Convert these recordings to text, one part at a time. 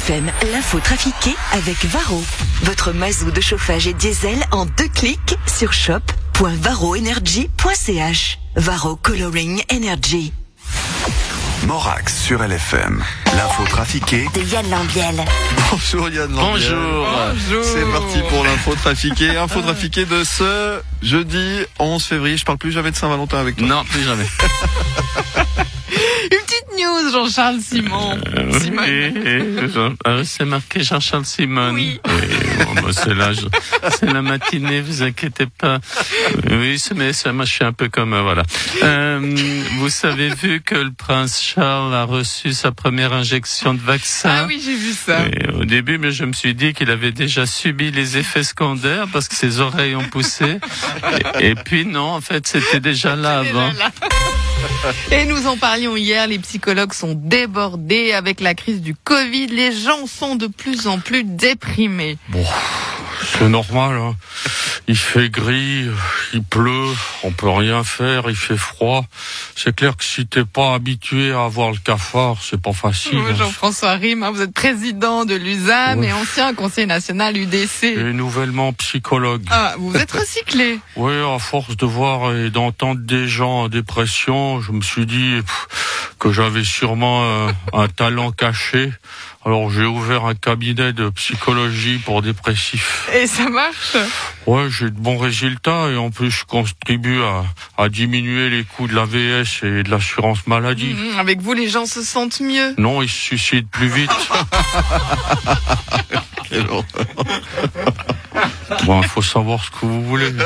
FM, l'info trafiquée avec Varro. Votre mazou de chauffage et diesel en 2 clics sur shop.varroenergy.ch. Varro Coloring Energy. Morax sur LFM, l'info trafiquée de Yann Lambiel. Bonjour Yann Lambiel. Bonjour. C'est parti pour l'info trafiquée. Info trafiquée de ce jeudi 11 février. Je parle plus jamais de Saint-Valentin avec toi. Non, plus jamais. Une petite news, Jean-Charles Simon. C'est marqué Jean-Charles Simon. Oui. C'est la matinée, vous inquiétez pas. Oui, mais ça, moi je suis un peu comme voilà. Vous avez vu que le prince Charles a reçu sa première injection de vaccin. Ah oui, j'ai vu ça. Et au début, mais je me suis dit qu'il avait déjà subi les effets secondaires parce que ses oreilles ont poussé. Et puis non, en fait, c'était déjà là avant. Et nous en parlions hier, les psychologues sont débordés avec la crise du Covid. Les gens sont de plus en plus déprimés. Bon, c'est normal, hein. Il fait gris, il pleut, on peut rien faire, il fait froid. C'est clair que si t'es pas habitué à avoir le cafard, c'est pas facile. Jean-François Rime, vous êtes président de l'USAM Ouais. et ancien conseiller national UDC. Et nouvellement psychologue. Ah, vous êtes recyclé. Oui, à force de voir et d'entendre des gens en dépression, je me suis dit que j'avais sûrement un talent caché. Alors j'ai ouvert un cabinet de psychologie pour dépressifs. Et ça marche? Ouais, j'ai de bons résultats et en plus je contribue à diminuer les coûts de l'AVS et de l'assurance maladie. Avec vous, les gens se sentent mieux. Non, ils se suicident plus vite. Quelle horreur. Bon, il faut savoir ce que vous voulez.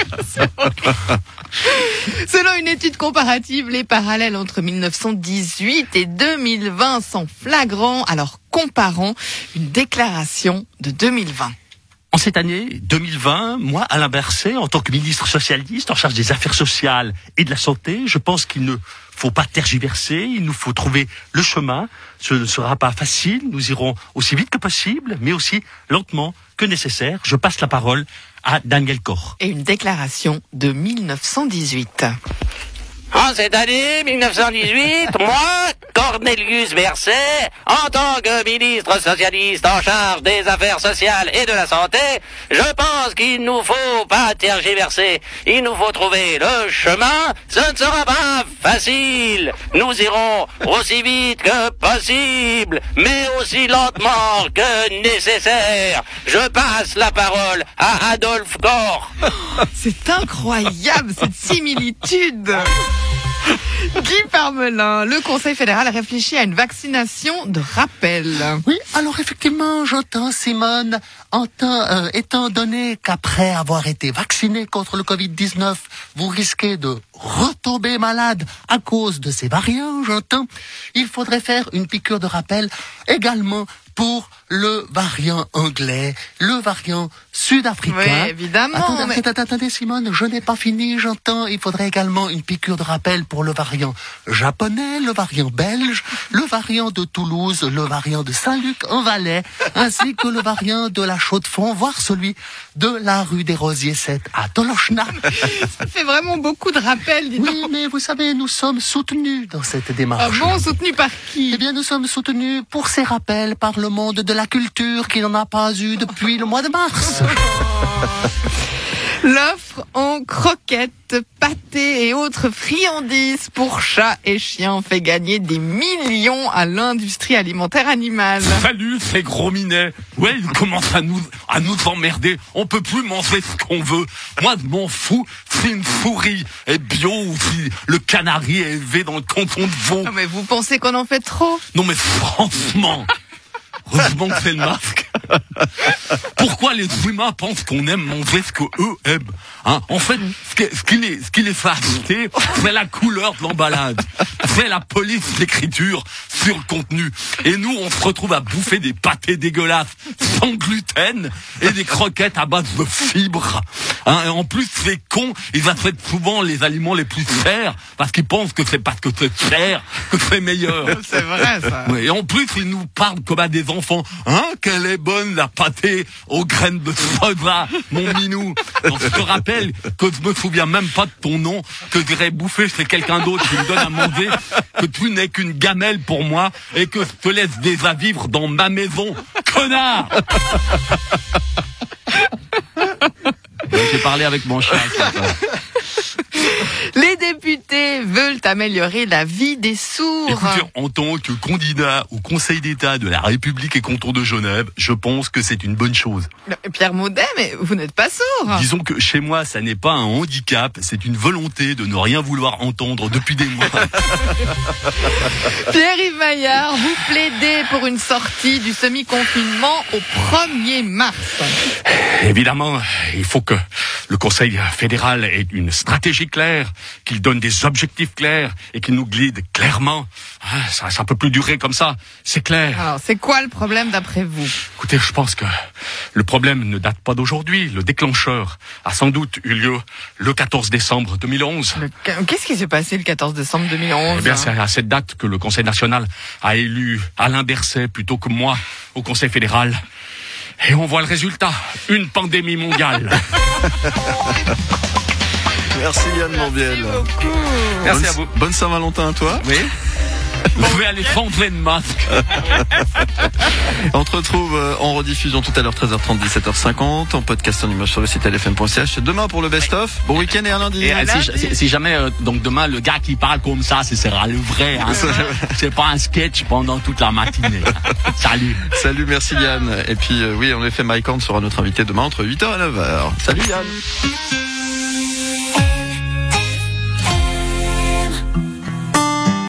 Selon une étude comparative, les parallèles entre 1918 et 2020 sont flagrants. Alors, comparons une déclaration de 2020. En cette année 2020, moi, Alain Berset, en tant que ministre socialiste en charge des affaires sociales et de la santé, je pense qu'il ne faut pas tergiverser, il nous faut trouver le chemin. Ce ne sera pas facile, nous irons aussi vite que possible, mais aussi lentement que nécessaire. Je passe la parole à Daniel Koch. Et une déclaration de 1918. En cette année 1918, moi, Cornelius Berset, en tant que ministre socialiste en charge des affaires sociales et de la santé, je pense qu'il nous faut pas tergiverser. Il nous faut trouver le chemin. Ce ne sera pas facile. Nous irons aussi vite que possible, mais aussi lentement que nécessaire. Je passe la parole à Adolphe Koch. C'est incroyable, cette similitude. Guy Parmelin, le Conseil fédéral réfléchit à une vaccination de rappel. Oui, alors effectivement, j'entends Simone, étant donné qu'après avoir été vacciné contre le Covid-19, vous risquez de retomber malade à cause de ces variants, j'entends, il faudrait faire une piqûre de rappel également pour le variant anglais, le variant sud-africain. Oui, évidemment. Attendez, Simone, je n'ai pas fini, j'entends. Il faudrait également une piqûre de rappel pour le variant japonais, le variant belge, le variant de Toulouse, le variant de Saint-Luc-en-Valais, ainsi que le variant de la Chaux-de-Fonds, voire celui de la rue des Rosiers 7 à Tolochna. Ça fait vraiment beaucoup de rappels, dis donc. Oui, mais vous savez, nous sommes soutenus dans cette démarche. Ah bon, soutenu par qui? Eh bien, nous sommes soutenus pour ces rappels par le monde de la culture qui n'en a pas eu depuis le mois de mars. L'offre en croquettes, pâtés et autres friandises pour chats et chiens fait gagner des millions à l'industrie alimentaire animale. Salut, c'est Gros Minet. Ouais, il commence à nous emmerder. On peut plus manger ce qu'on veut. Moi, je m'en fous si une souris est bio ou si le canari est élevé dans le canton de Vaud. Ah, mais vous pensez qu'on en fait trop? Non, mais franchement, heureusement que c'est le masque. Pourquoi les humains pensent qu'on aime manger ce que eux aiment, hein? En fait, ce qui les fait acheter, c'est la couleur de l'emballage, c'est la police d'écriture sur le contenu. Et nous, on se retrouve à bouffer des pâtés dégueulasses sans gluten et des croquettes à base de fibres. Hein, et en plus, ces cons, ils achètent souvent les aliments les plus chers parce qu'ils pensent que c'est parce que c'est cher que c'est meilleur. C'est vrai, ça. Oui, et en plus, ils nous parlent comme à des enfants. Hein, quelle est bonne la pâtée aux graines de soja, mon minou. Donc, je te rappelle que je me souviens même pas de ton nom, que j'irai bouffer chez quelqu'un d'autre qui me donne à manger, que tu n'es qu'une gamelle pour moi et que je te laisse déjà vivre dans ma maison. Connard! J'ai parlé avec mon chat. Les députés veulent améliorer la vie des sourds. Écoutez, en tant que candidat au Conseil d'État de la République et canton de Genève, je pense que c'est une bonne chose. Pierre Maudet, mais vous n'êtes pas sourd. Disons que chez moi, ça n'est pas un handicap, c'est une volonté de ne rien vouloir entendre depuis des mois. Pierre-Yves Maillard, vous plaidez pour une sortie du semi-confinement au 1er mars. Évidemment, il faut que le Conseil fédéral ait une stratégie claire, qu'il donne des objectifs clairs et qu'il nous guide clairement. Ça peut plus durer comme ça, c'est clair. Alors, c'est quoi le problème d'après vous? Écoutez, je pense que le problème ne date pas d'aujourd'hui. Le déclencheur a sans doute eu lieu le 14 décembre 2011. Qu'est-ce qui s'est passé le 14 décembre 2011? Eh bien, c'est à cette date que le Conseil national a élu Alain Berset plutôt que moi au Conseil fédéral. Et on voit le résultat, une pandémie mondiale. Merci Yann Lambiel. Merci à vous. Bonne Saint-Valentin à toi. Oui. Je vais aller changer de masque. On te retrouve en rediffusion tout à l'heure 13h30, 17h50, en podcast en image sur le site lfm.ch. Demain pour le best-of. Bon week-end et à lundi. Et si jamais, donc demain, le gars qui parle comme ça, ce sera le vrai. Hein. C'est pas un sketch pendant toute la matinée. Salut. Salut, merci Yann. Et puis oui, en effet, Mike Horn sera notre invité demain entre 8h et 9h. Salut Yann.